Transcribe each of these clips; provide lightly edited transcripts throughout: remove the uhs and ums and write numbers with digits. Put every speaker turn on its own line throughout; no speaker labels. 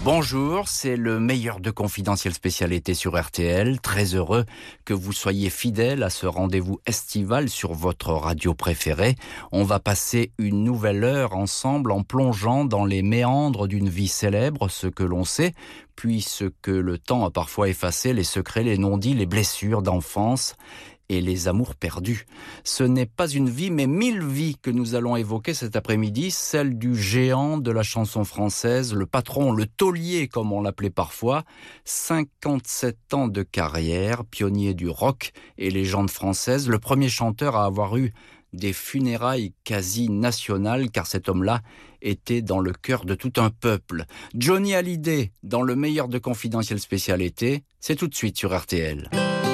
Bonjour, c'est le meilleur de Confidentiel spécial été sur RTL. Très heureux que vous soyez fidèles à ce rendez-vous estival sur votre radio préférée. On va passer une nouvelle heure ensemble en plongeant dans les méandres d'une vie célèbre, ce que l'on sait, puis ce que le temps a parfois effacé, les secrets, les non-dits, les blessures d'enfance et les amours perdus. Ce n'est pas une vie, mais 1000 vies que nous allons évoquer cet après-midi, celle du géant de la chanson française, le patron, le taulier comme on l'appelait parfois, 57 ans de carrière, pionnier du rock et légende française, le premier chanteur à avoir eu des funérailles quasi nationales, car cet homme-là était dans le cœur de tout un peuple. Johnny Hallyday, dans le meilleur de Confidentiel spécial été, c'est tout de suite sur RTL.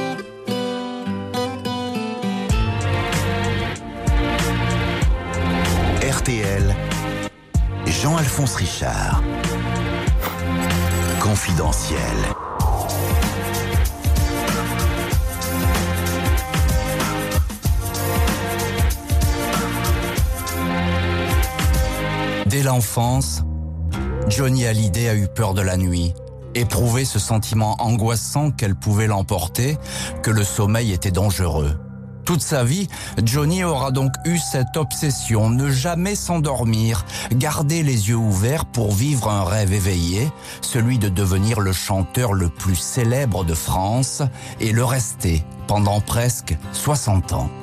RTL, Jean-Alphonse Richard. Confidentiel.
Dès l'enfance, Johnny Hallyday a eu peur de la nuit, éprouvé ce sentiment angoissant qu'elle pouvait l'emporter, que le sommeil était dangereux. Toute sa vie, Johnny aura donc eu cette obsession, ne jamais s'endormir, garder les yeux ouverts pour vivre un rêve éveillé, celui de devenir le chanteur le plus célèbre de France et le rester pendant presque 60 ans.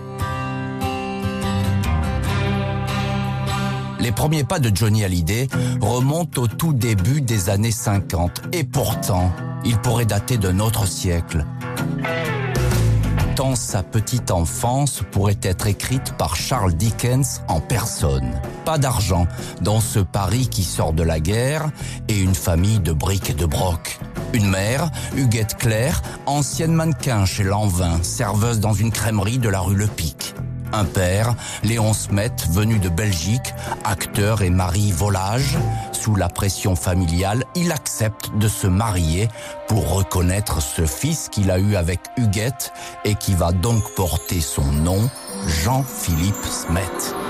Les premiers pas de Johnny Hallyday remontent au tout début des années 50 et pourtant, il pourrait dater d'un autre siècle. Tant sa petite enfance pourrait être écrite par Charles Dickens en personne. Pas d'argent dans ce Paris qui sort de la guerre et une famille de briques et de broc. Une mère, Huguette Claire, ancienne mannequin chez Lanvin, serveuse dans une crèmerie de la rue Le Pic. Un père, Léon Smet, venu de Belgique, acteur et mari volage. Sous la pression familiale, il accepte de se marier pour reconnaître ce fils qu'il a eu avec Huguette et qui va donc porter son nom, Jean-Philippe Smet.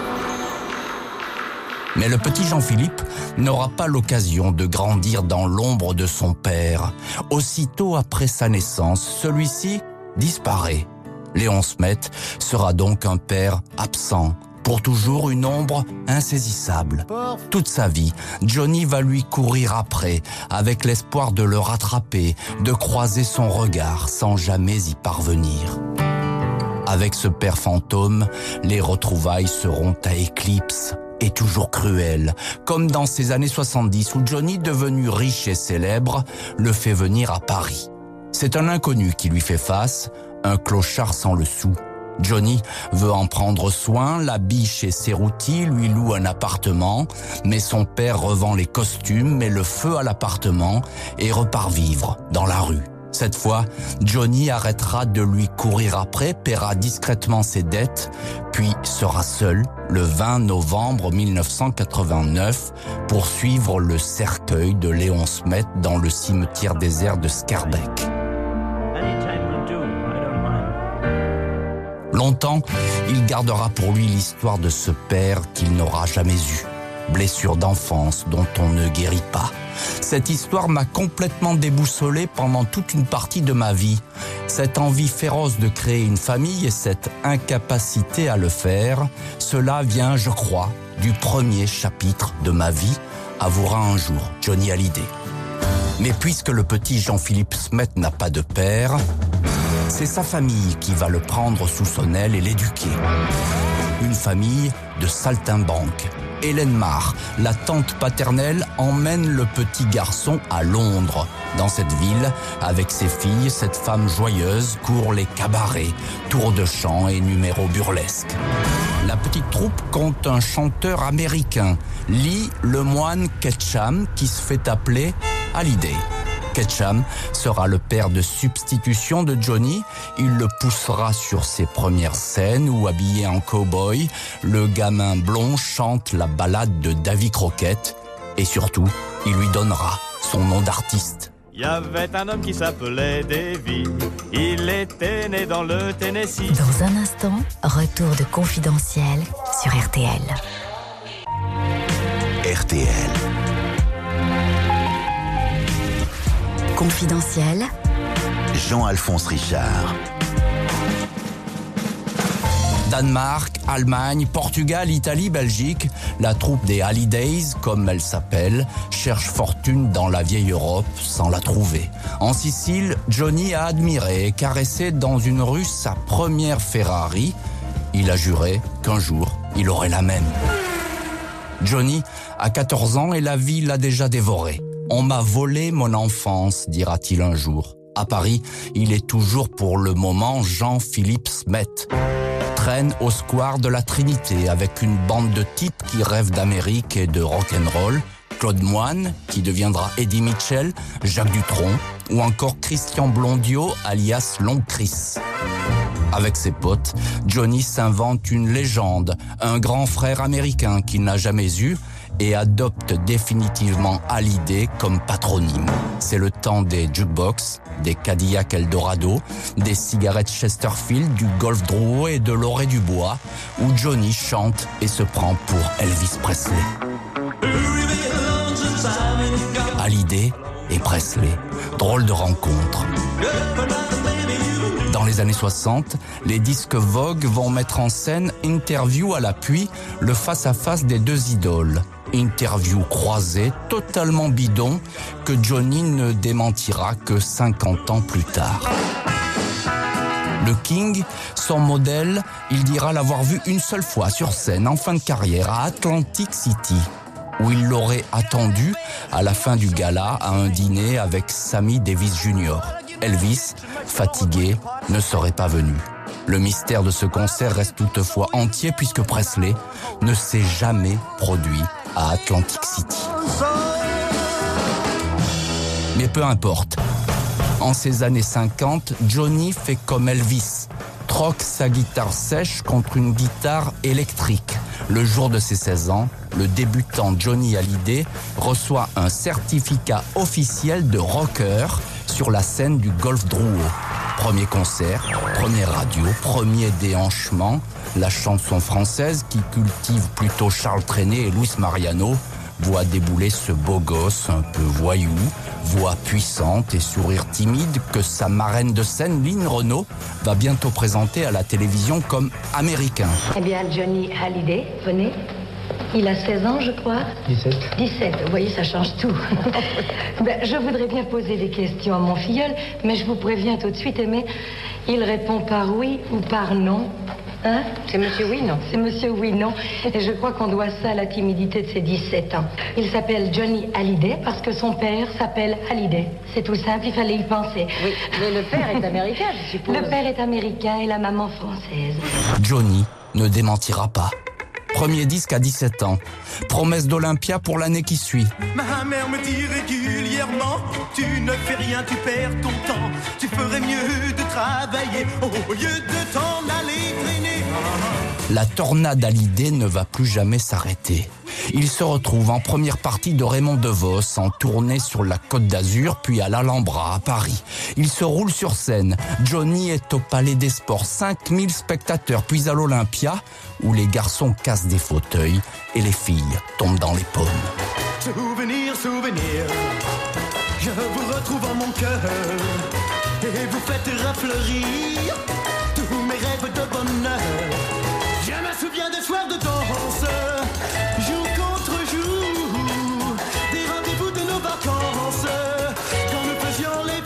Mais le petit Jean-Philippe n'aura pas l'occasion de grandir dans l'ombre de son père. Aussitôt après sa naissance, celui-ci disparaît. Léon Smet sera donc un père absent, pour toujours une ombre insaisissable. Toute sa vie, Johnny va lui courir après, avec l'espoir de le rattraper, de croiser son regard sans jamais y parvenir. Avec ce père fantôme, les retrouvailles seront à éclipse et toujours cruelles, comme dans ces années 70 où Johnny, devenu riche et célèbre, le fait venir à Paris. C'est un inconnu qui lui fait face, un clochard sans le sou. Johnny veut en prendre soin, l'habille chez Cerruti, lui loue un appartement, mais son père revend les costumes, met le feu à l'appartement et repart vivre dans la rue. Cette fois, Johnny arrêtera de lui courir après, paiera discrètement ses dettes, puis sera seul le 20 novembre 1989 pour suivre le cercueil de Léon Smet dans le cimetière désert de Scarbeck. Longtemps, il gardera pour lui l'histoire de ce père qu'il n'aura jamais eu. Blessure d'enfance dont on ne guérit pas. Cette histoire m'a complètement déboussolé pendant toute une partie de ma vie. Cette envie féroce de créer une famille et cette incapacité à le faire, cela vient, je crois, du premier chapitre de ma vie, avouera un jour Johnny Hallyday. Mais puisque le petit Jean-Philippe Smet n'a pas de père, c'est sa famille qui va le prendre sous son aile et l'éduquer. Une famille de saltimbanques. Hélène Marr, la tante paternelle, emmène le petit garçon à Londres. Dans cette ville, avec ses filles, cette femme joyeuse court les cabarets, tours de chant et numéros burlesques. La petite troupe compte un chanteur américain, Lee Lemoine Ketcham, qui se fait appeler Hallyday. Ketcham sera le père de substitution de Johnny. Il le poussera sur ses premières scènes où, habillé en cow-boy, le gamin blond chante la ballade de Davy Crockett. Et surtout, il lui donnera son nom d'artiste.
Il y avait un homme qui s'appelait Davy. Il était né dans le Tennessee.
Dans un instant, retour de Confidentiel sur RTL.
RTL.
Confidentiel.
Jean-Alphonse Richard.
Danemark, Allemagne, Portugal, Italie, Belgique, la troupe des Hallidays, comme elle s'appelle, cherche fortune dans la vieille Europe sans la trouver. En Sicile, Johnny a admiré et caressé dans une rue sa première Ferrari. Il a juré qu'un jour, il aurait la même. Johnny a 14 ans et la vie l'a déjà dévoré. « On m'a volé mon enfance », dira-t-il un jour. À Paris, il est toujours pour le moment Jean-Philippe Smet. Traîne au square de la Trinité avec une bande de types qui rêvent d'Amérique et de rock'n'roll. Claude Moine, qui deviendra Eddie Mitchell, Jacques Dutronc ou encore Christian Blondiot, alias Long Chris. Avec ses potes, Johnny s'invente une légende, un grand frère américain qu'il n'a jamais eu et adopte définitivement Hallyday comme patronyme. C'est le temps des jukebox, des Cadillac Eldorado, des cigarettes Chesterfield, du Golf Drouot et de l'Orée du Bois, où Johnny chante et se prend pour Elvis Presley. Hallyday et Presley, drôle de rencontre. Dans les années 60, les disques Vogue vont mettre en scène Interview à l'appui, le face-à-face des deux idoles. Interview croisée, totalement bidon, que Johnny ne démentira que 50 ans plus tard. Le King, son modèle, il dira l'avoir vu une seule fois sur scène en fin de carrière à Atlantic City, où il l'aurait attendu à la fin du gala à un dîner avec Sammy Davis Jr. Elvis, fatigué, ne serait pas venu. Le mystère de ce concert reste toutefois entier puisque Presley ne s'est jamais produit à Atlantic City. Mais peu importe. En ces années 50, Johnny fait comme Elvis, troque sa guitare sèche contre une guitare électrique. Le jour de ses 16 ans, le débutant Johnny Hallyday reçoit un certificat officiel de rocker sur la scène du Golf Drouot. Premier concert, première radio, premier déhanchement, la chanson française qui cultive plutôt Charles Trenet et Luis Mariano voit débouler ce beau gosse un peu voyou, voix puissante et sourire timide que sa marraine de scène, Lynn Renaud, va bientôt présenter à la télévision comme américain.
Eh bien, Johnny Hallyday, venez. Il a 16 ans, je crois.
17.
17, vous voyez, ça change tout. Je voudrais bien poser des questions à mon filleul, mais je vous préviens tout de suite, Aimé, il répond par oui ou par non. Hein?
C'est monsieur oui, non?
C'est monsieur oui, non. Et je crois qu'on doit ça à la timidité de ses 17 ans. Il s'appelle Johnny Hallyday parce que son père s'appelle Hallyday. C'est tout simple, il fallait y penser.
Oui, mais le père est américain, je suppose.
Le père est américain et la maman française.
Johnny ne démentira pas. Premier disque à 17 ans. Promesse d'Olympia pour l'année qui suit.
Ma mère me dit régulièrement, tu ne fais rien, tu perds ton temps. Tu ferais mieux de travailler au lieu de t'en aller traîner.
La tornade Hallyday ne va plus jamais s'arrêter. Il se retrouve en première partie de Raymond DeVos, en tournée sur la Côte d'Azur, puis à l'Alhambra, à Paris. Il se roule sur scène. Johnny est au Palais des Sports, 5000 spectateurs, puis à l'Olympia, où les garçons cassent des fauteuils et les filles tombent dans les pommes.
Souvenir, souvenir, je vous retrouve en mon cœur, et vous faites rafleurir tous mes rêves de bonheur. Je me souviens des soirs de danse, jour contre jour, des rendez-vous de nos vacances, quand nous faisions les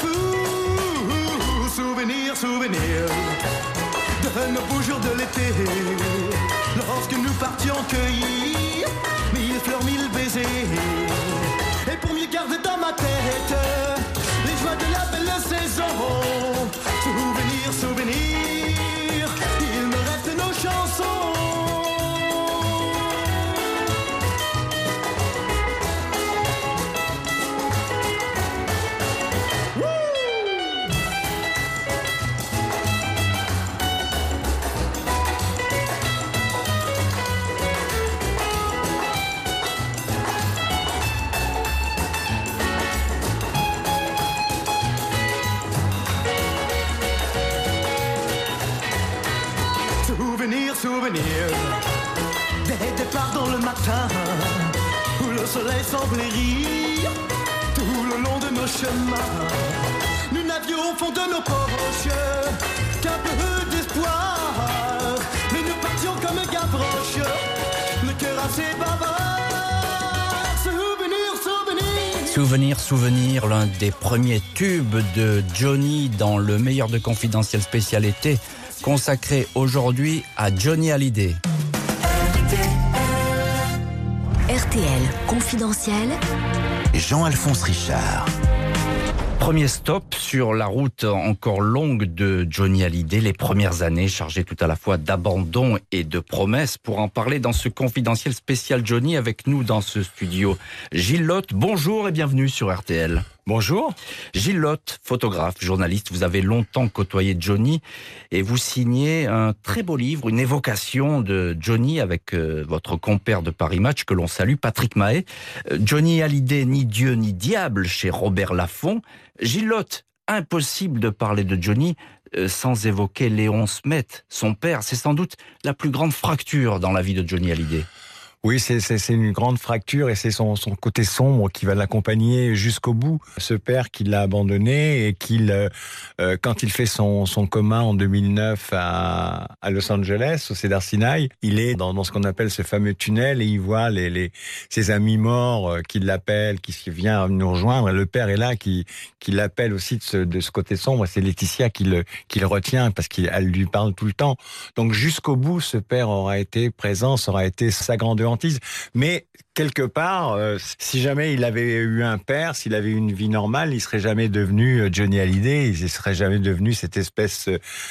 fous. Souvenir, souvenir, de nos beaux jours de l'été, lorsque nous partions cueillir 1000 fleurs, 1000 baisers, et pour mieux garder dans ma tête les joies de la belle saison. Souvenir, souvenir, il me reste nos chansons. Souvenir des départs dans le matin où le soleil semblait rire tout le long de nos chemins. perdu au fond de nos poches qu'un peu d'espoir. Mais nous partions comme Gavroche, le cœur assez bavard.
Souvenir, souvenir, l'un des premiers tubes de Johnny dans le meilleur de Confidentiel spécial été, consacré aujourd'hui à Johnny Hallyday.
RTL Confidentiel.
Jean-Alphonse Richard.
Premier stop sur la route encore longue de Johnny Hallyday, les premières années chargées tout à la fois d'abandon et de promesses. Pour en parler dans ce Confidentiel spécial Johnny, avec nous dans ce studio, Gilles Lotte, bonjour et bienvenue sur RTL.
Bonjour.
Gilles Lotte, photographe, journaliste, vous avez longtemps côtoyé Johnny et vous signez un très beau livre, une évocation de Johnny avec votre compère de Paris Match que l'on salue, Patrick Mahé. Johnny Hallyday, ni Dieu ni diable, chez Robert Laffont. Gilles Lotte, impossible de parler de Johnny sans évoquer Léon Smet, son père. C'est sans doute la plus grande fracture dans la vie de Johnny Hallyday.
Oui, c'est une grande fracture et c'est son côté sombre qui va l'accompagner jusqu'au bout. Ce père qui l'a abandonné et quand il fait son coma en 2009 à Los Angeles, au Cedars-Sinai, il est dans ce qu'on appelle ce fameux tunnel et il voit ses amis morts qui l'appellent, qui vient nous rejoindre. Et le père est là qui l'appelle aussi de ce côté sombre. C'est Laetitia qui le retient parce qu'elle lui parle tout le temps. Donc jusqu'au bout, ce père aura été présent, ça aura été sa grandeur. Mais quelque part, si jamais il avait eu un père, s'il avait eu une vie normale, il serait jamais devenu Johnny Hallyday, il serait jamais devenu cette espèce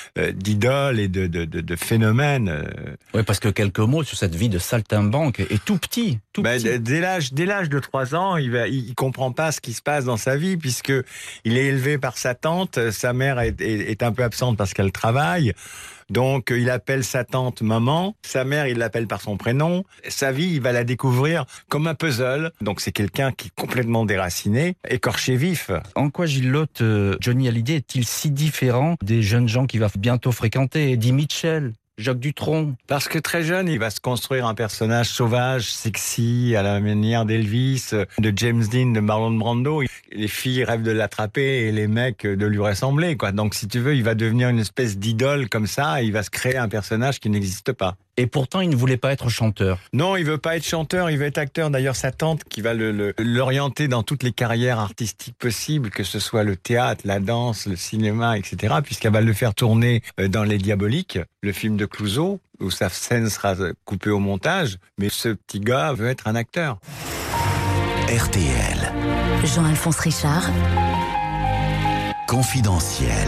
d'idole et de phénomène.
Oui, parce que quelques mots sur cette vie de saltimbanque est tout petit.
Dès l'âge de 3 ans, il comprend pas ce qui se passe dans sa vie puisque il est élevé par sa tante, sa mère est un peu absente parce qu'elle travaille. Donc, il appelle sa tante maman. Sa mère, il l'appelle par son prénom. Sa vie, il va la découvrir comme un puzzle. Donc, c'est quelqu'un qui est complètement déraciné, écorché vif.
En quoi, Gilles Lotte, Johnny Hallyday est-il si différent des jeunes gens qu'il va bientôt fréquenter? Eddie Mitchell, Jacques Dutronc.
Parce que très jeune, il va se construire un personnage sauvage, sexy, à la manière d'Elvis, de James Dean, de Marlon Brando. Les filles rêvent de l'attraper et les mecs de lui ressembler, quoi. Donc, si tu veux, il va devenir une espèce d'idole comme ça et il va se créer un personnage qui n'existe pas.
Et pourtant, il ne voulait pas être chanteur.
Non, il veut pas être chanteur, il veut être acteur. D'ailleurs, sa tante qui va l'orienter dans toutes les carrières artistiques possibles, que ce soit le théâtre, la danse, le cinéma, etc., puisqu'elle va le faire tourner dans Les Diaboliques, le film de Clouzot, où sa scène sera coupée au montage. Mais ce petit gars veut être un acteur.
RTL.
Jean-Alphonse Richard.
Confidentiel.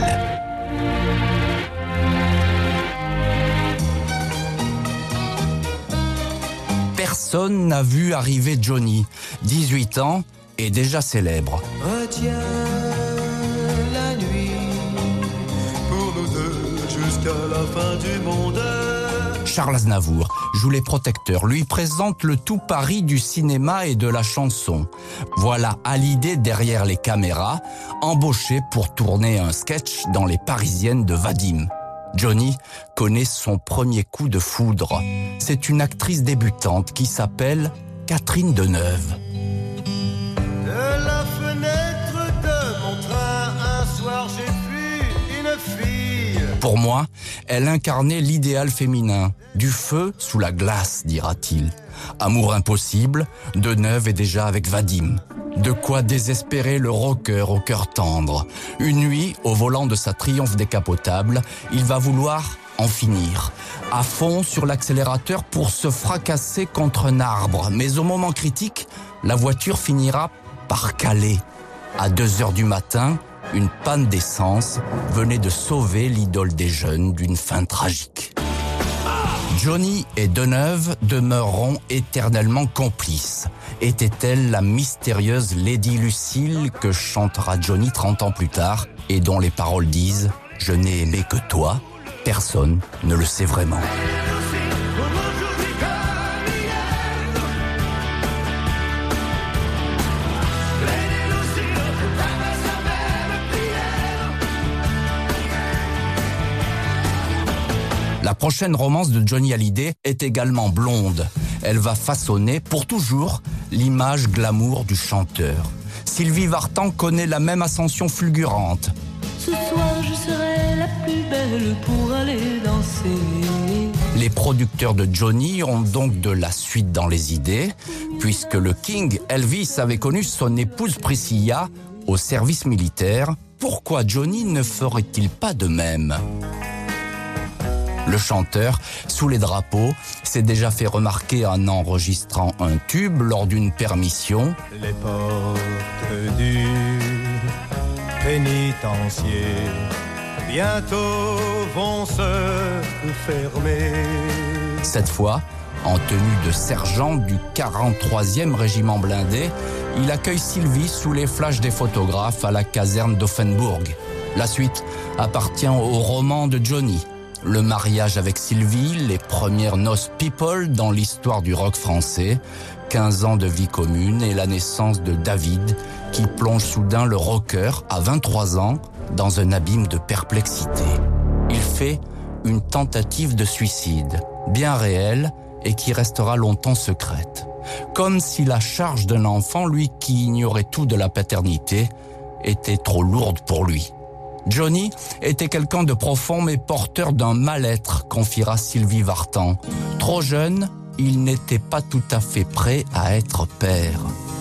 Personne n'a vu arriver Johnny, 18 ans et déjà célèbre.
Retiens la nuit pour nous deux jusqu'à la fin du monde.
Charles Aznavour joue les protecteurs, lui présente le tout Paris du cinéma et de la chanson. Voilà Hallyday derrière les caméras, embauché pour tourner un sketch dans Les Parisiennes de Vadim. Johnny connaît son premier coup de foudre. C'est une actrice débutante qui s'appelle Catherine Deneuve.
De la fenêtre de mon train, un soir j'ai vu une fille.
Pour moi, elle incarnait l'idéal féminin. Du feu sous la glace, dira-t-il. Amour impossible, Deneuve est déjà avec Vadim. De quoi désespérer le rocker au cœur tendre. Une nuit, au volant de sa Triumph décapotable, il va vouloir en finir. À fond sur l'accélérateur pour se fracasser contre un arbre. Mais au moment critique, la voiture finira par caler. À 2h du matin, une panne d'essence venait de sauver l'idole des jeunes d'une fin tragique. Johnny et Deneuve demeureront éternellement complices. Était-elle la mystérieuse Lady Lucille que chantera Johnny 30 ans plus tard et dont les paroles disent « Je n'ai aimé que toi », personne ne le sait vraiment. La prochaine romance de Johnny Hallyday est également blonde. Elle va façonner pour toujours l'image glamour du chanteur. Sylvie Vartan connaît la même ascension fulgurante.
Ce soir je serai la plus belle pour aller danser.
Les producteurs de Johnny ont donc de la suite dans les idées, puisque le King Elvis avait connu son épouse Priscilla au service militaire. Pourquoi Johnny ne ferait-il pas de même ? Le chanteur, sous les drapeaux, s'est déjà fait remarquer en enregistrant un tube lors d'une permission.
Les portes du pénitencier bientôt vont se fermer.
Cette fois, en tenue de sergent du 43e régiment blindé, il accueille Sylvie sous les flashs des photographes à la caserne d'Offenbourg. La suite appartient au roman de Johnny. Le mariage avec Sylvie, les premières noces people dans l'histoire du rock français, 15 ans de vie commune et la naissance de David, qui plonge soudain le rocker, à 23 ans, dans un abîme de perplexité. Il fait une tentative de suicide, bien réelle et qui restera longtemps secrète. Comme si la charge d'un enfant, lui qui ignorait tout de la paternité, était trop lourde pour lui. Johnny était quelqu'un de profond mais porteur d'un mal-être, confiera Sylvie Vartan. Trop jeune, il n'était pas tout à fait prêt à être père.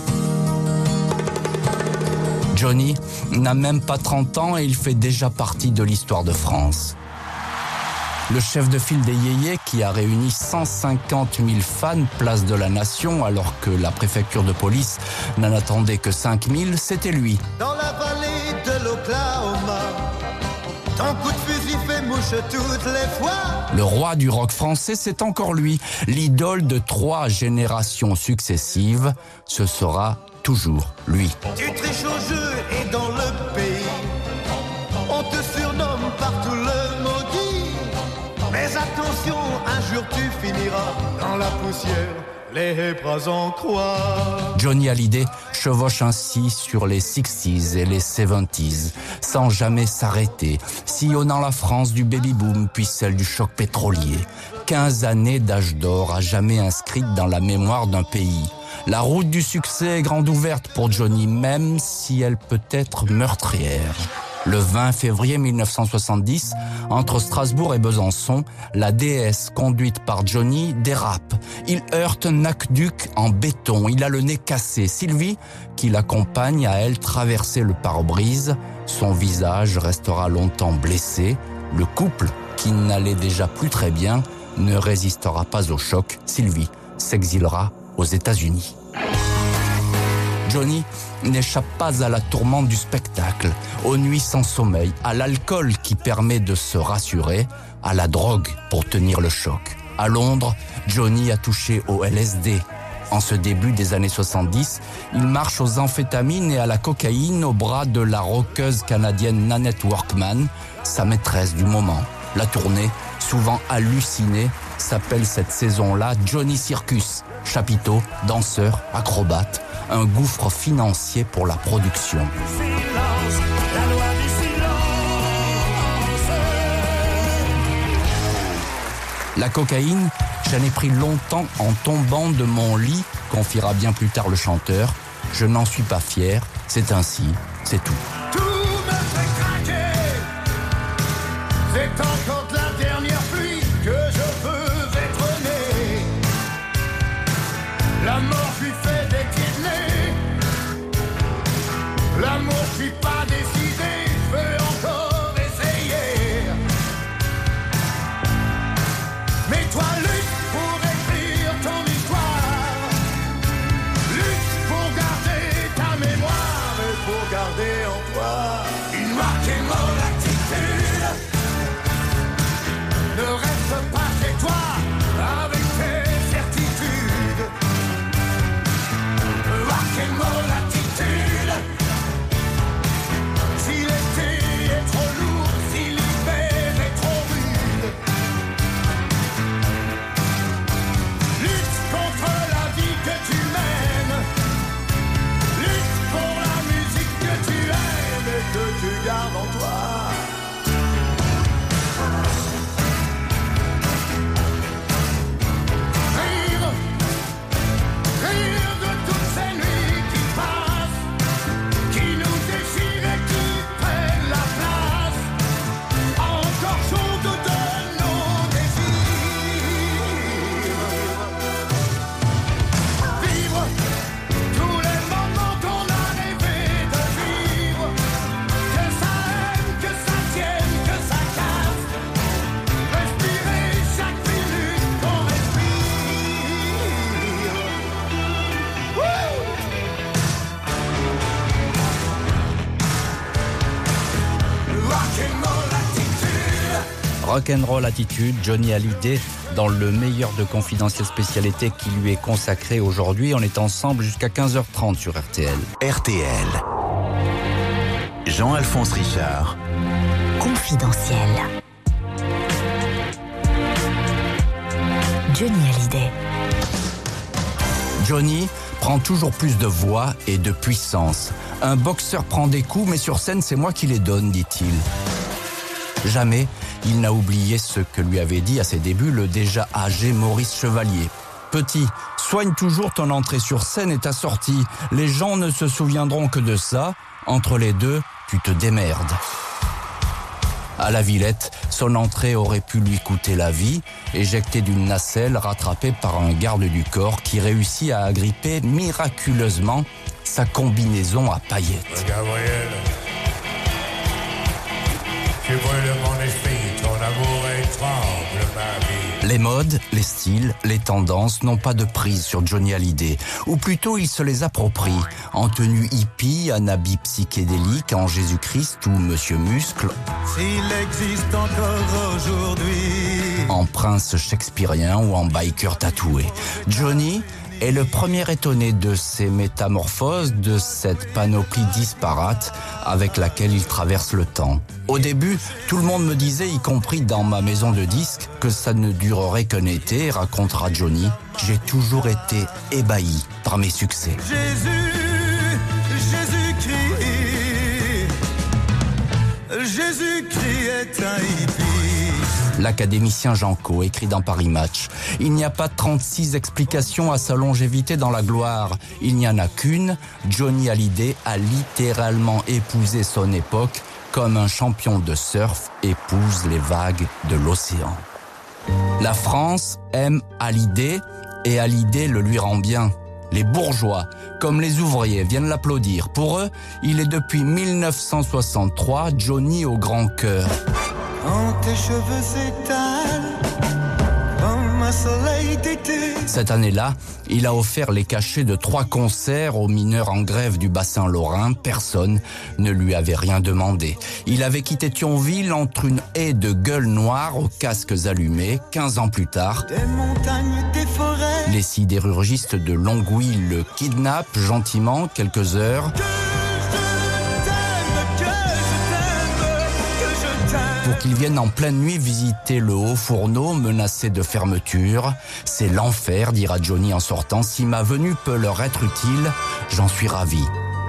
Johnny n'a même pas 30 ans et il fait déjà partie de l'histoire de France. Le chef de file des Yéyés, qui a réuni 150 000 fans place de la Nation alors que la préfecture de police n'en attendait que 5 000, c'était lui.
Dans la vallée de l'Oklahoma, ton coup de fusil fait mouche toutes les fois.
Le roi du rock français, c'est encore lui, l'idole de 3 générations successives. Ce sera toujours lui.
Tu triches au jeu et dans le pays, on te surnomme partout le maudit. Mais attention, un jour tu finiras dans la poussière, les bras en croix.
Johnny Hallyday chevauche ainsi sur les 60s et les 70s, sans jamais s'arrêter, sillonnant la France du baby-boom puis celle du choc pétrolier. 15 années d'âge d'or à jamais inscrites dans la mémoire d'un pays. La route du succès est grande ouverte pour Johnny, même si elle peut être meurtrière. Le 20 février 1970, entre Strasbourg et Besançon, la DS conduite par Johnny dérape. Il heurte un aqueduc en béton, il a le nez cassé. Sylvie, qui l'accompagne, a elle traversé le pare-brise. Son visage restera longtemps blessé. Le couple, qui n'allait déjà plus très bien, ne résistera pas au choc. Sylvie s'exilera aux États-Unis. Johnny n'échappe pas à la tourmente du spectacle, aux nuits sans sommeil, à l'alcool qui permet de se rassurer, à la drogue pour tenir le choc. À Londres, Johnny a touché au LSD. En ce début des années 70, il marche aux amphétamines et à la cocaïne au bras de la rockeuse canadienne Nanette Workman, sa maîtresse du moment. La tournée, souvent hallucinée, s'appelle cette saison-là Johnny Circus. Chapiteaux, danseurs, acrobates, un gouffre financier pour la production. La cocaïne, j'en ai pris longtemps en tombant de mon lit, confiera bien plus tard le chanteur. Je n'en suis pas fier, c'est ainsi, c'est tout.
Tout me fait craquer. C'est encore de la dernière pluie que je veux être né. L'amour je lui fait des pieds de nez. L'amour je suis pas décidé, je veux encore essayer. Mais toi lutte pour écrire ton histoire. Lutte pour garder ta mémoire et pour garder en toi une marque et mon attitude. Ne reste pas chez toi avec tes certitudes. Marque et mon attitude. Si
Rock'n'roll attitude, Johnny Hallyday dans le meilleur de Confidentiel spécialité qui lui est consacré aujourd'hui. On est ensemble jusqu'à 15h30 sur RTL.
RTL. Jean-Alphonse Richard.
Confidentiel. Johnny Hallyday.
Johnny prend toujours plus de voix et de puissance. Un boxeur prend des coups, mais sur scène, c'est moi qui les donne, dit-il. Jamais il n'a oublié ce que lui avait dit à ses débuts le déjà âgé Maurice Chevalier. Petit, soigne toujours ton entrée sur scène et ta sortie. Les gens ne se souviendront que de ça. Entre les deux, tu te démerdes. À la Villette, son entrée aurait pu lui coûter la vie, éjecté d'une nacelle, rattrapé par un garde du corps qui réussit à agripper miraculeusement sa combinaison à paillettes.
Gabriel, tu brûles mon esprit, ton amour étrangle ma vie.
Les modes, les styles, les tendances n'ont pas de prise sur Johnny Hallyday, ou plutôt il se les approprie, en tenue hippie, en habit psychédélique, en Jésus-Christ ou Monsieur Muscle,
S'il existe encore aujourd'hui.
en prince shakespearien ou en biker tatoué. Johnny est le premier étonné de ces métamorphoses, de cette panoplie disparate avec laquelle il traverse le temps. Au début, tout le monde me disait, y compris dans ma maison de disques, que ça ne durerait qu'un été, racontera Johnny. J'ai toujours été ébahi par mes succès.
Jésus-Christ est un hippie.
L'académicien Janco écrit dans Paris Match. Il n'y a pas 36 explications à sa longévité dans la gloire. Il n'y en a qu'une. Johnny Hallyday a littéralement épousé son époque comme un champion de surf épouse les vagues de l'océan. La France aime Hallyday et Hallyday le lui rend bien. Les bourgeois, comme les ouvriers, viennent l'applaudir. Pour eux, il est depuis 1963 Johnny au grand cœur.
Quand tes cheveux s'étalent comme un soleil d'été.
Cette année-là, il a offert les cachets de 3 concerts aux mineurs en grève du bassin lorrain. Personne ne lui avait rien demandé. Il avait quitté Thionville entre une haie de gueules noires aux casques allumés. 15 ans plus tard,
Des montagnes, des forêts.
les sidérurgistes de Longwy le kidnappent gentiment quelques heures pour qu'il vienne en pleine nuit visiter le haut fourneau menacé de fermeture. C'est l'enfer, dira Johnny en sortant. Si ma venue peut leur être utile, j'en suis ravi.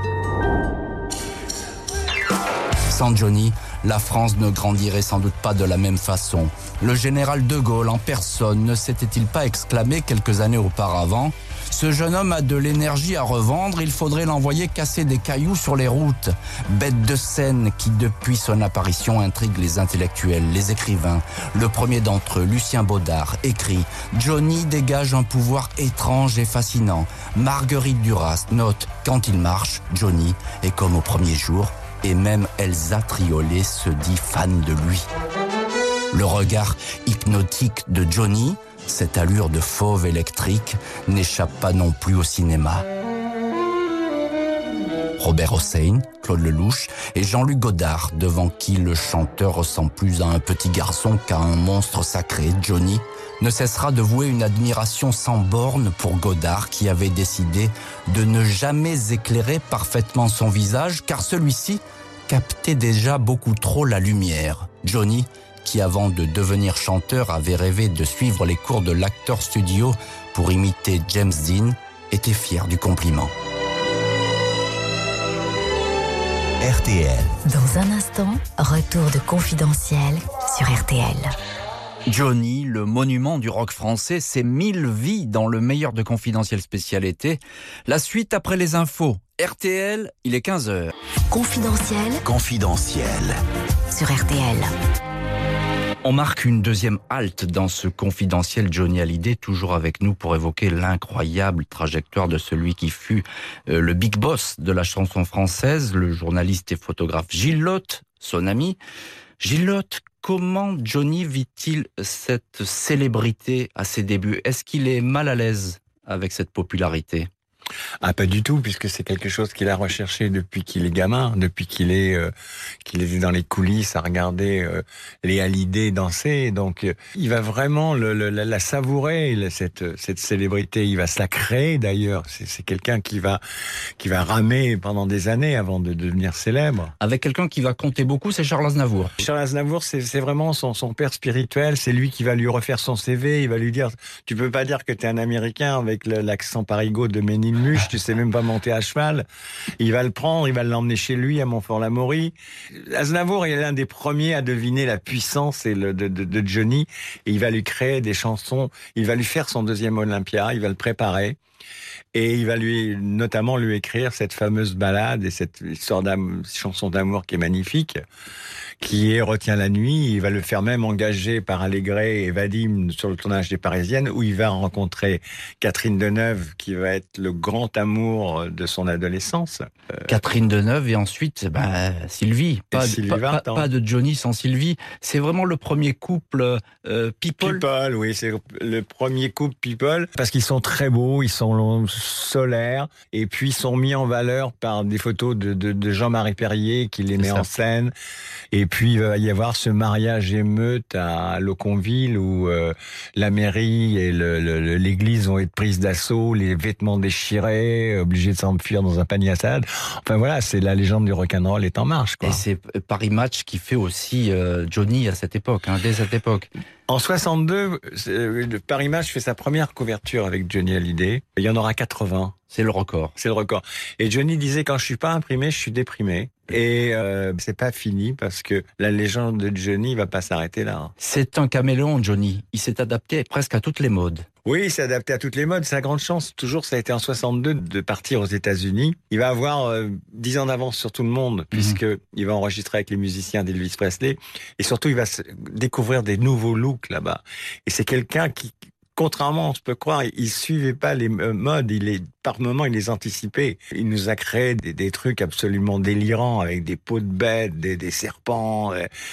Sans Johnny, la France ne grandirait sans doute pas de la même façon. Le général de Gaulle en personne ne s'était-il pas exclamé quelques années auparavant ? Ce jeune homme a de l'énergie à revendre, il faudrait l'envoyer casser des cailloux sur les routes. Bête de scène qui, depuis son apparition, intrigue les intellectuels, les écrivains. Le premier d'entre eux, Lucien Baudard, écrit « Johnny dégage un pouvoir étrange et fascinant ». Marguerite Duras note « Quand il marche, Johnny est comme au premier jour ». Et même Elsa Triolet se dit fan de lui. Le regard hypnotique de Johnny, cette allure de fauve électrique, n'échappe pas non plus au cinéma. Robert Hossein, Claude Lelouch et Jean-Luc Godard, devant qui le chanteur ressemble plus à un petit garçon qu'à un monstre sacré, Johnny ne cessera de vouer une admiration sans borne pour Godard qui avait décidé de ne jamais éclairer parfaitement son visage car celui-ci captait déjà beaucoup trop la lumière. Johnny, qui avant de devenir chanteur avait rêvé de suivre les cours de l'Actor Studio pour imiter James Dean, était fier du compliment.
RTL.
Dans un instant, retour de Confidentiel sur RTL.
Johnny, le monument du rock français, c'est 1000 vies dans le meilleur de Confidentiel spécialité. La suite après les infos. RTL, il est 15h.
Confidentiel
Confidentiel.
sur RTL.
On marque une deuxième halte dans ce Confidentiel Johnny Hallyday, toujours avec nous pour évoquer l'incroyable trajectoire de celui qui fut le big boss de la chanson française, le journaliste et photographe Gilles Lotte, son ami. Gilles Lotte, comment Johnny vit-il cette célébrité à ses débuts ? Est-ce qu'il est mal à l'aise avec cette popularité ?
Ah, pas du tout, puisque c'est quelque chose qu'il a recherché depuis qu'il est gamin, depuis qu'il est dans les coulisses à regarder les Hallyday danser. Donc, il va vraiment la savourer, cette célébrité. Il va se la créer, d'ailleurs. C'est quelqu'un qui va ramer pendant des années avant de devenir célèbre.
Avec quelqu'un qui va compter beaucoup, c'est Charles Aznavour.
Charles Aznavour, c'est vraiment son père spirituel. C'est lui qui va lui refaire son CV. Il va lui dire, tu peux pas dire que t'es un Américain avec l'accent parigot de Ménilmuche, tu sais même pas monter à cheval. Il va le prendre, il va l'emmener chez lui à Montfort-l'Amaury. Aznavour est l'un des premiers à deviner la puissance de Johnny, et il va lui créer des chansons. Il va lui faire son deuxième Olympia, il va le préparer. Et il va notamment lui écrire cette fameuse ballade et cette histoire chanson d'amour qui est magnifique, qui est Retiens la nuit. Il va le faire même engager par Allégret et Vadim sur le tournage des Parisiennes, où il va rencontrer Catherine Deneuve, qui va être le grand amour de son adolescence.
Catherine Deneuve et ensuite Sylvie. Pas de Johnny sans Sylvie. C'est vraiment le premier couple people.
People, oui, c'est le premier couple people, parce qu'ils sont très beaux, ils sont solaires, et puis sont mis en valeur par des photos de Jean-Marie Perrier qui les met en scène. Et puis il va y avoir ce mariage émeute à Loconville où la mairie et l'église vont être prises d'assaut, les vêtements déchirés, obligés de s'enfuir dans un panier à salade. Enfin voilà, c'est la légende du rock'n'roll est en marche, quoi.
Et c'est Paris Match qui fait aussi Johnny à cette époque, dès cette époque.
En 62, le Paris Match fait sa première couverture avec Johnny Hallyday. Il y en aura 80.
C'est le record.
C'est le record. Et Johnny disait, quand je suis pas imprimé, je suis déprimé. Et c'est pas fini, parce que la légende de Johnny va pas s'arrêter là.
C'est un caméléon, Johnny. Il s'est adapté presque à toutes les modes.
Oui, il s'est adapté à toutes les modes. C'est la grande chance. Toujours, ça a été en 62 de partir aux États-Unis. Il va avoir 10 ans d'avance sur tout le monde, puisque il va enregistrer avec les musiciens d'Elvis Presley. Et surtout, il va découvrir des nouveaux looks là-bas. Et c'est quelqu'un qui, contrairement, on se peut croire, il suivait pas les modes. Par moments, il les anticipait. Il nous a créé des trucs absolument délirants, avec des peaux de bêtes, des serpents,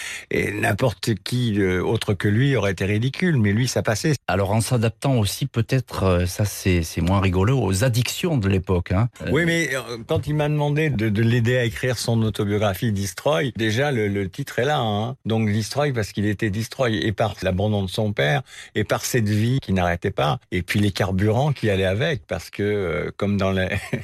et n'importe qui autre que lui aurait été ridicule, mais lui, ça passait.
Alors, en s'adaptant aussi, peut-être, ça c'est moins rigolo, aux addictions de l'époque.
Oui, mais quand il m'a demandé de l'aider à écrire son autobiographie Destroy, déjà le titre est là. Donc Destroy, parce qu'il était destroy, et par l'abandon de son père, et par cette vie qui n'arrêtait pas, et puis les carburants qui allaient avec, parce que comme dans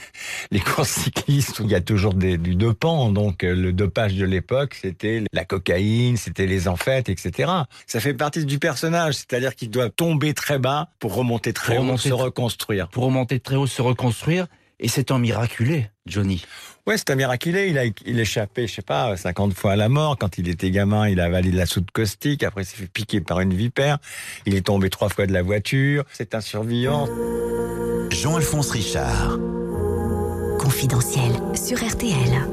les courses cyclistes où il y a toujours du dopant, donc le dopage de l'époque, c'était la cocaïne, c'était les amphètes, etc. Ça fait partie du personnage, c'est-à-dire qu'il doit tomber très bas pour remonter très haut, se reconstruire.
Pour remonter très haut, se reconstruire, et c'est un miraculé, Johnny.
Ouais, c'est un miraculé. Il échappé, je sais pas, 50 fois à la mort. Quand il était gamin, il a avalé de la soude caustique. Après, il s'est fait piquer par une vipère. Il est tombé 3 fois de la voiture. C'est un survivant.
Jean-Alphonse Richard.
Confidentiel sur RTL.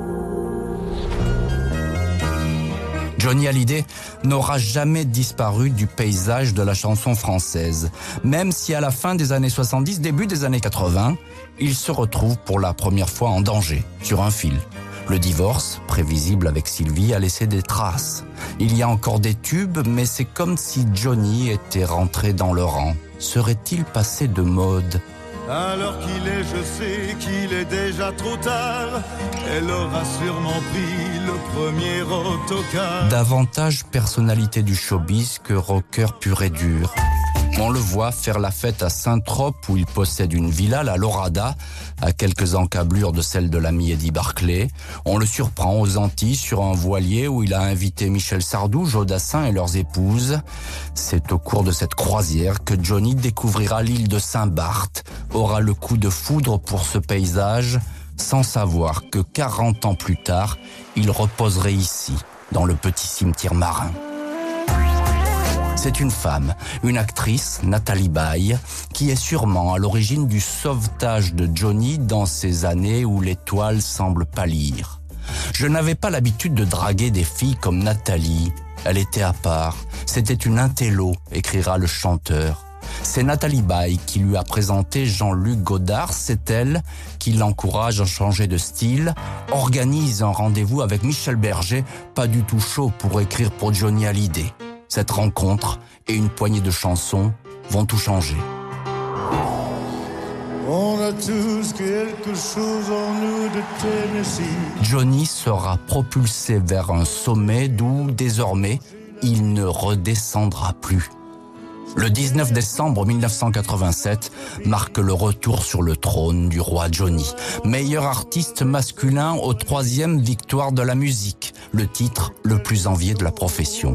Johnny Hallyday n'aura jamais disparu du paysage de la chanson française, même si à la fin des années 70, début des années 80, il se retrouve pour la première fois en danger, sur un fil. Le divorce, prévisible avec Sylvie, a laissé des traces. Il y a encore des tubes, mais c'est comme si Johnny était rentré dans le rang. Serait-il passé de mode ?
Alors qu'il est, je sais qu'il est déjà trop tard. Elle aura sûrement pris le premier autocar.
Davantage personnalité du showbiz que rocker pur et dur. On le voit faire la fête à Saint-Trope où il possède une villa, la Lorada, à quelques encablures de celle de l'ami Eddie Barclay. On le surprend aux Antilles sur un voilier où il a invité Michel Sardou, Jodassin et leurs épouses. C'est au cours de cette croisière que Johnny découvrira l'île de Saint-Barth, aura le coup de foudre pour ce paysage, sans savoir que 40 ans plus tard, il reposerait ici, dans le petit cimetière marin. C'est une femme, une actrice, Nathalie Baye, qui est sûrement à l'origine du sauvetage de Johnny dans ces années où l'étoile semble pâlir. Je n'avais pas l'habitude de draguer des filles comme Nathalie. Elle était à part. C'était une intello, écrira le chanteur. C'est Nathalie Baye qui lui a présenté Jean-Luc Godard. C'est elle qui l'encourage à changer de style, organise un rendez-vous avec Michel Berger, pas du tout chaud pour écrire pour Johnny Hallyday. Cette rencontre et une poignée de chansons vont tout changer.
On a tous quelque chose en nous de Tennessee.
Johnny sera propulsé vers un sommet d'où, désormais, il ne redescendra plus. Le 19 décembre 1987 marque le retour sur le trône du roi Johnny, meilleur artiste masculin aux 3e victoires de la musique, le titre le plus envié de la profession.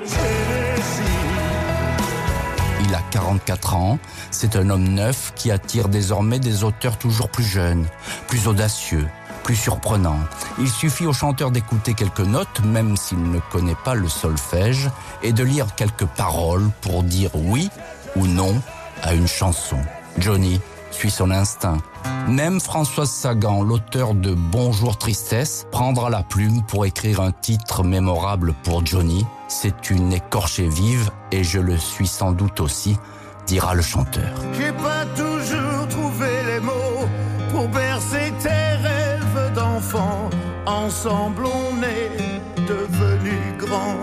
Il a 44 ans, c'est un homme neuf qui attire désormais des auteurs toujours plus jeunes, plus audacieux, plus surprenants. Il suffit au chanteur d'écouter quelques notes, même s'il ne connaît pas le solfège, et de lire quelques paroles pour dire oui ou non à une chanson. Johnny suit son instinct. Même Françoise Sagan, l'auteur de Bonjour Tristesse, prendra la plume pour écrire un titre mémorable pour Johnny. C'est une écorchée vive et je le suis sans doute aussi, dira le chanteur.
J'ai pas toujours trouvé les mots pour bercer tes rêves d'enfant. Ensemble on est devenus grands.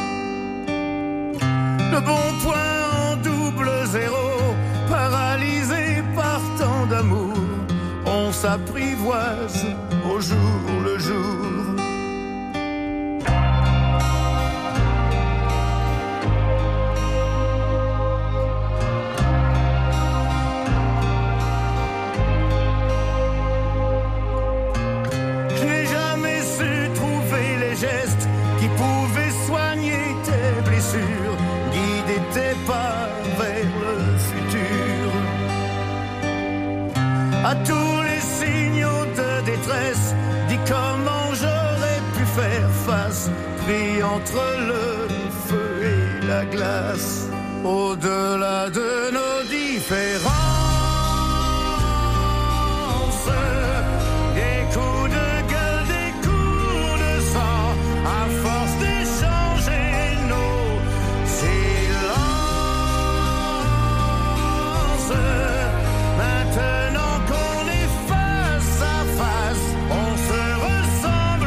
Le bon point en double zéro, paralysé par tant d'amour, on s'apprivoise au jour le jour. Je n'ai jamais su trouver les gestes qui pouvaient soigner tes blessures, guider tes pas vers le futur. À tous les signaux de détresse, dis comment j'aurais pu faire face, pris entre le feu et la glace, au-delà de nos différences, des coups de gueule, des coups de sang, à force d'échanger nos silences. Maintenant qu'on est face à face, on se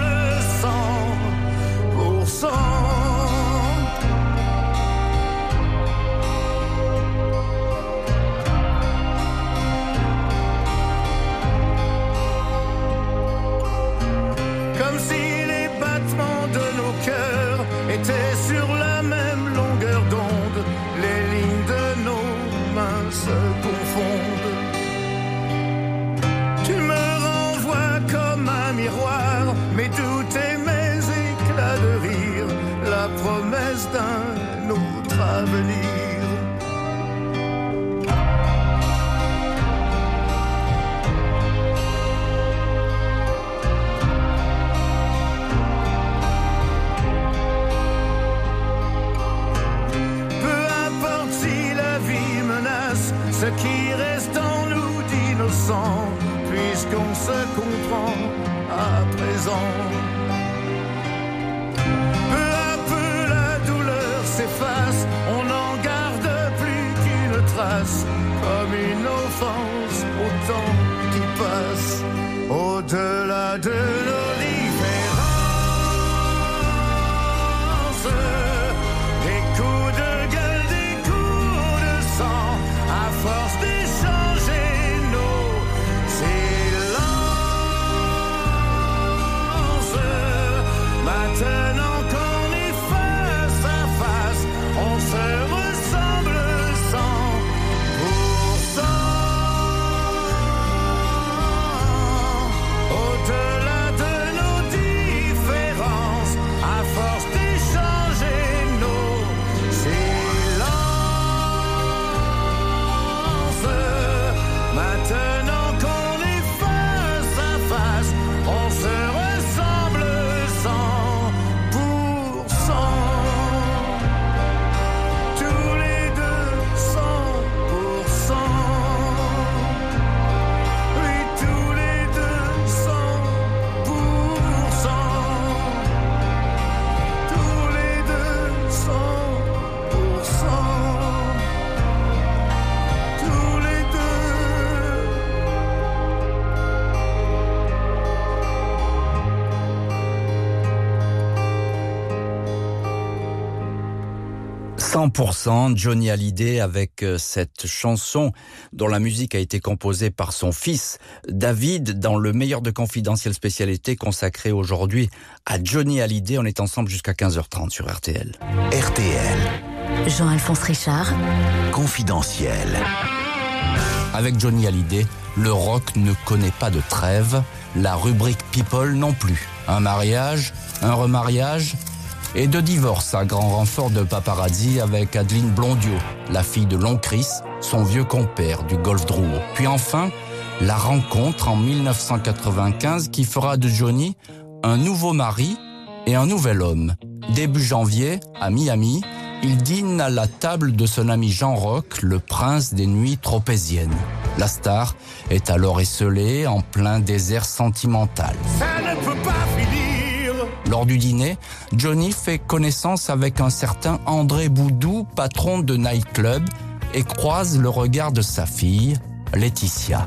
ressemble 100%. Comme si les battements de nos cœurs étaient sur la même longueur d'onde, les lignes de nos mains se confondent. Tu me renvoies comme un miroir, mes doutes et mes éclats de rire, la promesse d'un autre avenir. Peu importe si la vie menace ce qui reste en nous d'innocent, puisqu'on se comprend à présent. Peu à peu la douleur s'efface, on n'en garde plus qu'une trace, comme une offense au temps qui passe, au-delà de nos différences. Des coups de gueule, des coups de sang, à force d'échanger nos silences. Maintenant qu'on est face à face, on se ressemble 100%. Au-delà de
100% Johnny Hallyday avec cette chanson dont la musique a été composée par son fils David dans le meilleur de Confidentiel spécialité consacré aujourd'hui à Johnny Hallyday. On est ensemble jusqu'à 15h30 sur RTL.
RTL.
Jean-Alphonse Richard.
Confidentiel.
Avec Johnny Hallyday, le rock ne connaît pas de trêve, la rubrique People non plus. Un mariage, un remariage et deux divorces à grand renfort de paparazzi avec Adeline Blondiot, la fille de Lon Chris, son vieux compère du Golf Drouot. Puis enfin, la rencontre en 1995 qui fera de Johnny un nouveau mari et un nouvel homme. Début janvier, à Miami, il dîne à la table de son ami Jean Rock, le prince des nuits tropéziennes. La star est alors esselée en plein désert sentimental.
Ça ne peut pas finir.
Lors du dîner, Johnny fait connaissance avec un certain André Boudou, patron de nightclub, et croise le regard de sa fille, Laetitia.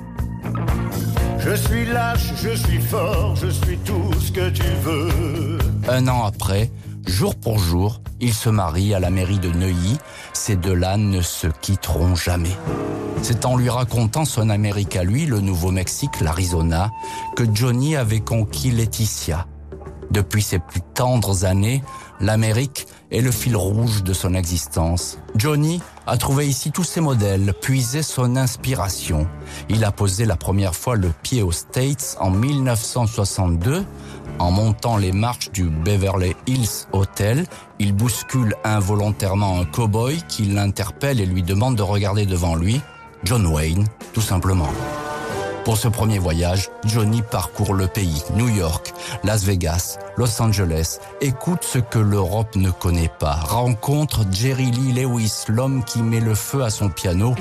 Je suis lâche, je suis fort, je suis tout ce que tu veux.
Un an après, jour pour jour, ils se marient à la mairie de Neuilly. Ces deux-là ne se quitteront jamais. C'est en lui racontant son Amérique à lui, le Nouveau-Mexique, l'Arizona, que Johnny avait conquis Laetitia. Depuis ses plus tendres années, l'Amérique est le fil rouge de son existence. Johnny a trouvé ici tous ses modèles, puisé son inspiration. Il a posé la première fois le pied aux States en 1962. En montant les marches du Beverly Hills Hotel, il bouscule involontairement un cow-boy qui l'interpelle et lui demande de regarder devant lui John Wayne, tout simplement. Pour ce premier voyage, Johnny parcourt le pays, New York, Las Vegas, Los Angeles, écoute ce que l'Europe ne connaît pas, rencontre Jerry Lee Lewis, l'homme qui met le feu à son piano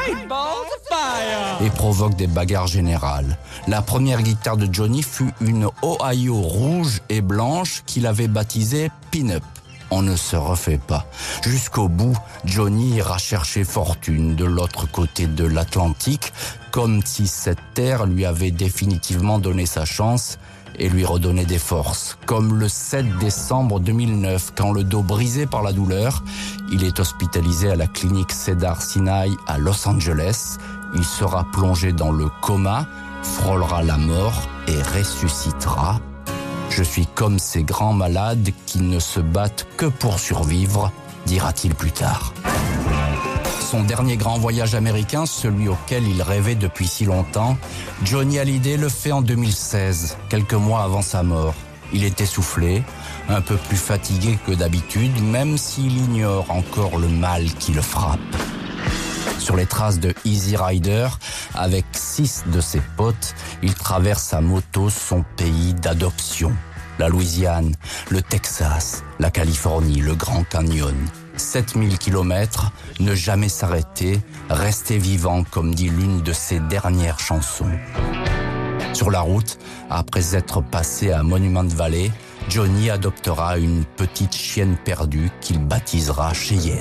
et provoque des bagarres générales. La première guitare de Johnny fut une Ohio rouge et blanche qu'il avait baptisée Pin-Up. On ne se refait pas. Jusqu'au bout, Johnny ira chercher fortune de l'autre côté de l'Atlantique, comme si cette terre lui avait définitivement donné sa chance et lui redonnait des forces. Comme le 7 décembre 2009, quand le dos brisé par la douleur, il est hospitalisé à la clinique Cedars-Sinai à Los Angeles. Il sera plongé dans le coma, frôlera la mort et ressuscitera. Je suis comme ces grands malades qui ne se battent que pour survivre, dira-t-il plus tard. Son dernier grand voyage américain, celui auquel il rêvait depuis si longtemps, Johnny Hallyday le fait en 2016, quelques mois avant sa mort. Il est essoufflé, un peu plus fatigué que d'habitude, même s'il ignore encore le mal qui le frappe. Sur les traces de Easy Rider, avec 6 de ses potes, il traverse à moto son pays d'adoption. La Louisiane, le Texas, la Californie, le Grand Canyon. 7000 kilomètres, ne jamais s'arrêter, rester vivant comme dit l'une de ses dernières chansons. Sur la route, après être passé à Monument Valley, Johnny adoptera une petite chienne perdue qu'il baptisera Cheyenne.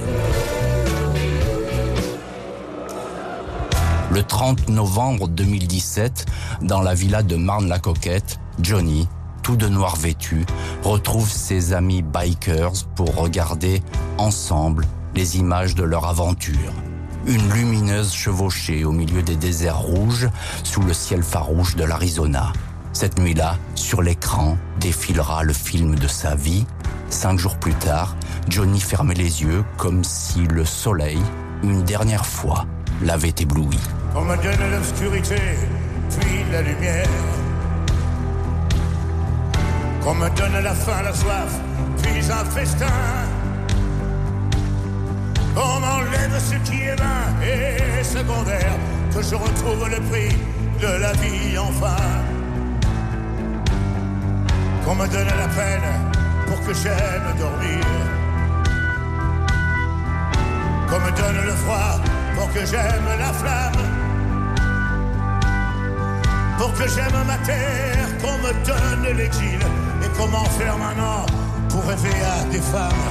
Le 30 novembre 2017, dans la villa de Marne-la-Coquette, Johnny, tout de noir vêtu, retrouve ses amis bikers pour regarder ensemble les images de leur aventure. Une lumineuse chevauchée au milieu des déserts rouges, sous le ciel farouche de l'Arizona. Cette nuit-là, sur l'écran, défilera le film de sa vie. 5 jours plus tard, Johnny fermait les yeux comme si le soleil, une dernière fois, l'avait ébloui.
On me donne l'obscurité, puis la lumière. Qu'on me donne la faim, la soif, puis un festin. On m'enlève ce qui est vain et secondaire, que je retrouve le prix de la vie enfin. Qu'on me donne la peine pour que j'aime dormir. Qu'on me donne le froid pour que j'aime la flamme. Pour que j'aime ma terre, qu'on me donne l'exil. Et comment faire maintenant pour rêver à des femmes.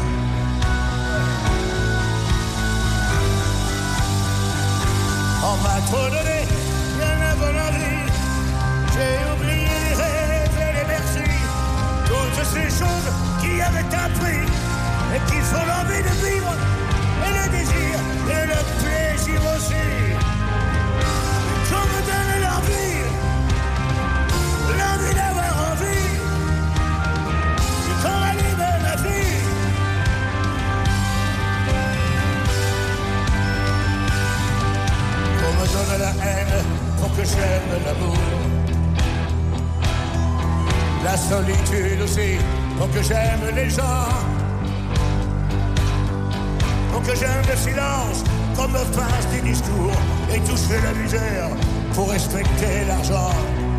On m'a trop donné, bien avant la vie. J'ai oublié les rêves et les merci. Toutes ces choses qui avaient un prix et qui font l'envie de vivre. et le désir et le plaisir aussi. Qu'on me donne l'envie d'avoir envie, et qu'on rallume ma vie. Qu'on me donne la haine pour que j'aime l'amour. La solitude aussi, pour que j'aime les gens. Pour que j'aime le silence, qu'on me fasse des discours et toucher la misère pour respecter l'argent.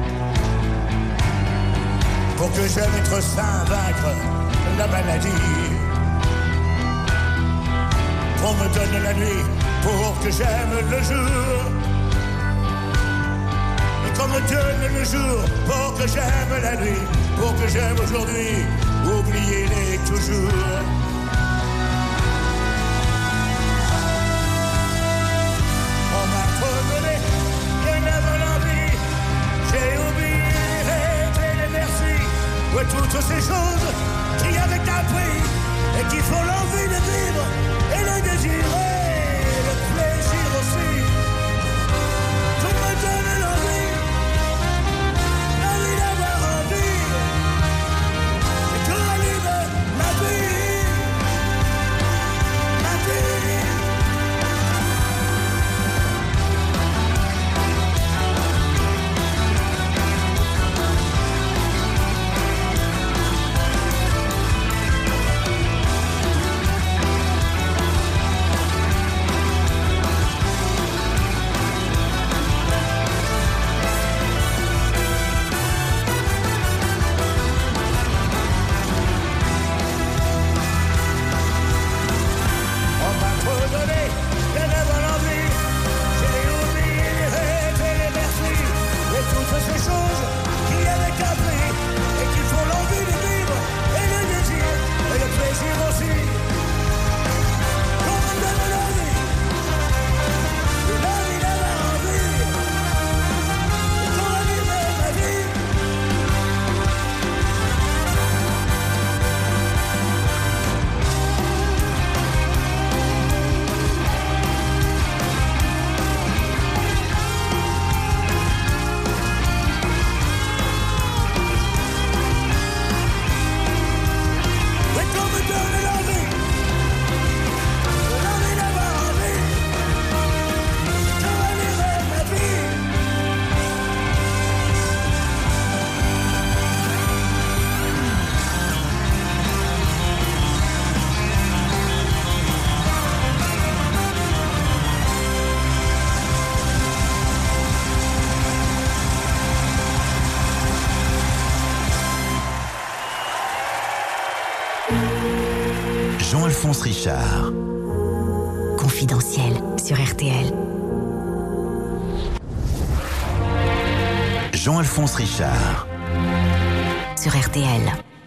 Pour que j'aime être sain, vaincre la maladie. Qu'on me donne la nuit pour que j'aime le jour. Qu'on me donne le jour pour que j'aime la nuit, pour que j'aime aujourd'hui, oubliez-les toujours. On m'a trop donné, je n'avais l'envie, j'ai oublié les rêves et les merci, ouais, toutes ces choses qui avaient un prix et qui font l'envie de vivre et le désir et le plaisir aussi. Qu'on me donne l'envie d'avoir envie, et qu'on rallume ma vie, ma vie.
Jean-Alphonse Richard.
Confidentiel sur RTL.
Jean-Alphonse Richard.
Sur RTL.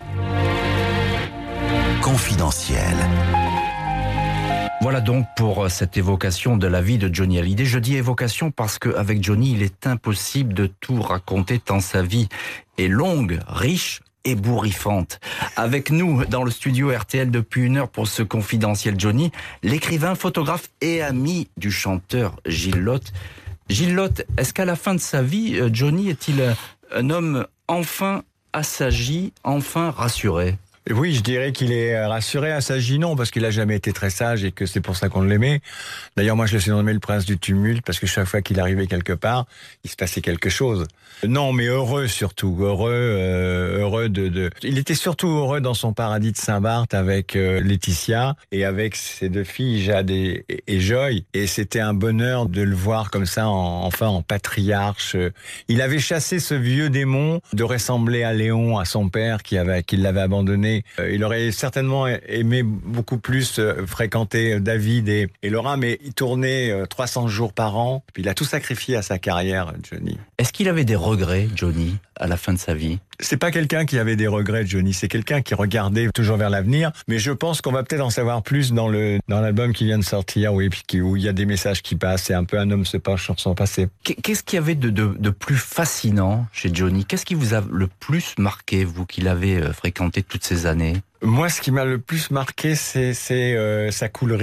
Confidentiel.
Voilà donc pour cette évocation de la vie de Johnny Hallyday. Je dis évocation parce qu'avec Johnny, il est impossible de tout raconter tant sa vie est longue, riche, ébouriffante. Avec nous dans le studio RTL depuis 1 heure pour ce confidentiel Johnny, l'écrivain, photographe et ami du chanteur Gilles Lott. Gilles Lott, est-ce qu'à la fin de sa vie, Johnny est-il un homme enfin assagi, enfin rassuré ?
Oui, je dirais qu'il est rassuré, assagi non, parce qu'il a jamais été très sage et que c'est pour ça qu'on l'aimait. D'ailleurs, moi, je le surnommais le prince du tumulte, parce que chaque fois qu'il arrivait quelque part, il se passait quelque chose. Non, mais heureux surtout, heureux de... Il était surtout heureux dans son paradis de Saint-Barth avec Laetitia et avec ses 2 filles, Jade et Joy. Et c'était un bonheur de le voir comme ça, enfin en patriarche. Il avait chassé ce vieux démon de ressembler à Léon, à son père qui l'avait abandonné. Il aurait certainement aimé beaucoup plus fréquenter David et Laura, mais il tournait 300 jours par an. Puis il a tout sacrifié à sa carrière, Johnny.
Est-ce qu'il avait des regrets, Johnny, à la fin de sa vie ?
C'est pas quelqu'un qui avait des regrets, Johnny. C'est quelqu'un qui regardait toujours vers l'avenir. Mais je pense qu'on va peut-être en savoir plus dans l'album qui vient de sortir, oui, où il y a des messages qui passent. C'est un peu un homme se penche sur son passé.
Qu'est-ce qu'il y avait de plus fascinant chez Johnny ? Qu'est-ce qui vous a le plus marqué, vous qui l'avez fréquenté toutes ces années ?
Moi, ce qui m'a le plus marqué, c'est sa coulerie.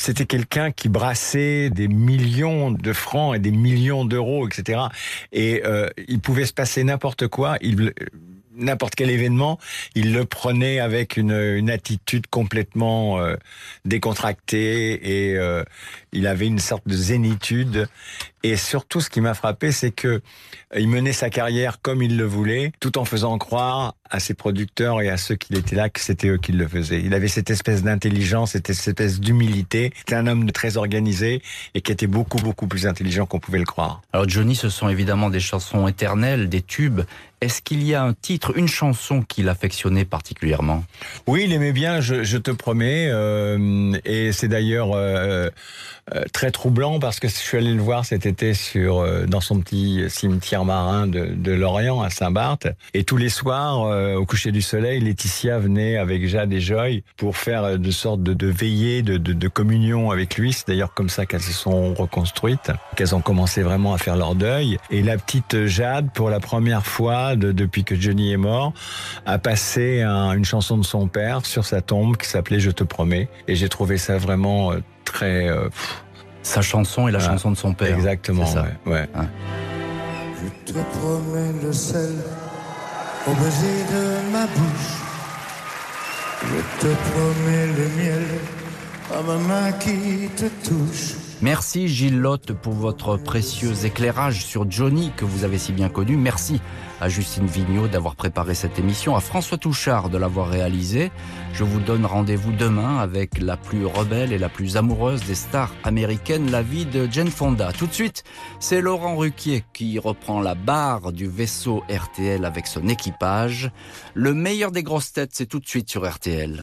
c'était quelqu'un qui brassait des millions de francs et des millions d'euros, etc. Et il pouvait se passer n'importe quoi. N'importe quel événement, il le prenait avec une attitude complètement décontractée et il avait une sorte de zénitude. Et surtout, ce qui m'a frappé, c'est que il menait sa carrière comme il le voulait, tout en faisant croire à ses producteurs et à ceux qui étaient là que c'était eux qui le faisaient. Il avait cette espèce d'intelligence, cette espèce d'humilité. C'était un homme très organisé et qui était beaucoup, beaucoup plus intelligent qu'on pouvait le croire.
Alors Johnny, ce sont évidemment des chansons éternelles, des tubes. Est-ce qu'il y a un titre, une chanson qu'il affectionnait particulièrement?
Oui, il aimait bien Je te promets. Et c'est d'ailleurs très troublant parce que je suis allé le voir cet été dans son petit cimetière marin de Lorient à Saint-Barth. Et tous les soirs, au coucher du soleil, Laetitia venait avec Jade et Joy pour faire de sorte de veillée, de communion avec lui. C'est d'ailleurs comme ça qu'elles se sont reconstruites, qu'elles ont commencé vraiment à faire leur deuil. Et la petite Jade, pour la première fois, depuis que Johnny est mort, a passé une chanson de son père sur sa tombe qui s'appelait Je te promets. Et j'ai trouvé ça vraiment très...
Sa chanson et la chanson de son père.
Exactement,
c'est ça.
Ouais.
Je te promets le sel au baiser de ma bouche. Je te promets le miel à ma main qui te touche.
Merci Gilles Lotte pour votre précieux éclairage sur Johnny que vous avez si bien connu. Merci à Justine Vignot d'avoir préparé cette émission, à François Touchard de l'avoir réalisée. Je vous donne rendez-vous demain avec la plus rebelle et la plus amoureuse des stars américaines, la vie de Jane Fonda. Tout de suite, c'est Laurent Ruquier qui reprend la barre du vaisseau RTL avec son équipage. Le meilleur des grosses têtes, c'est tout de suite sur RTL.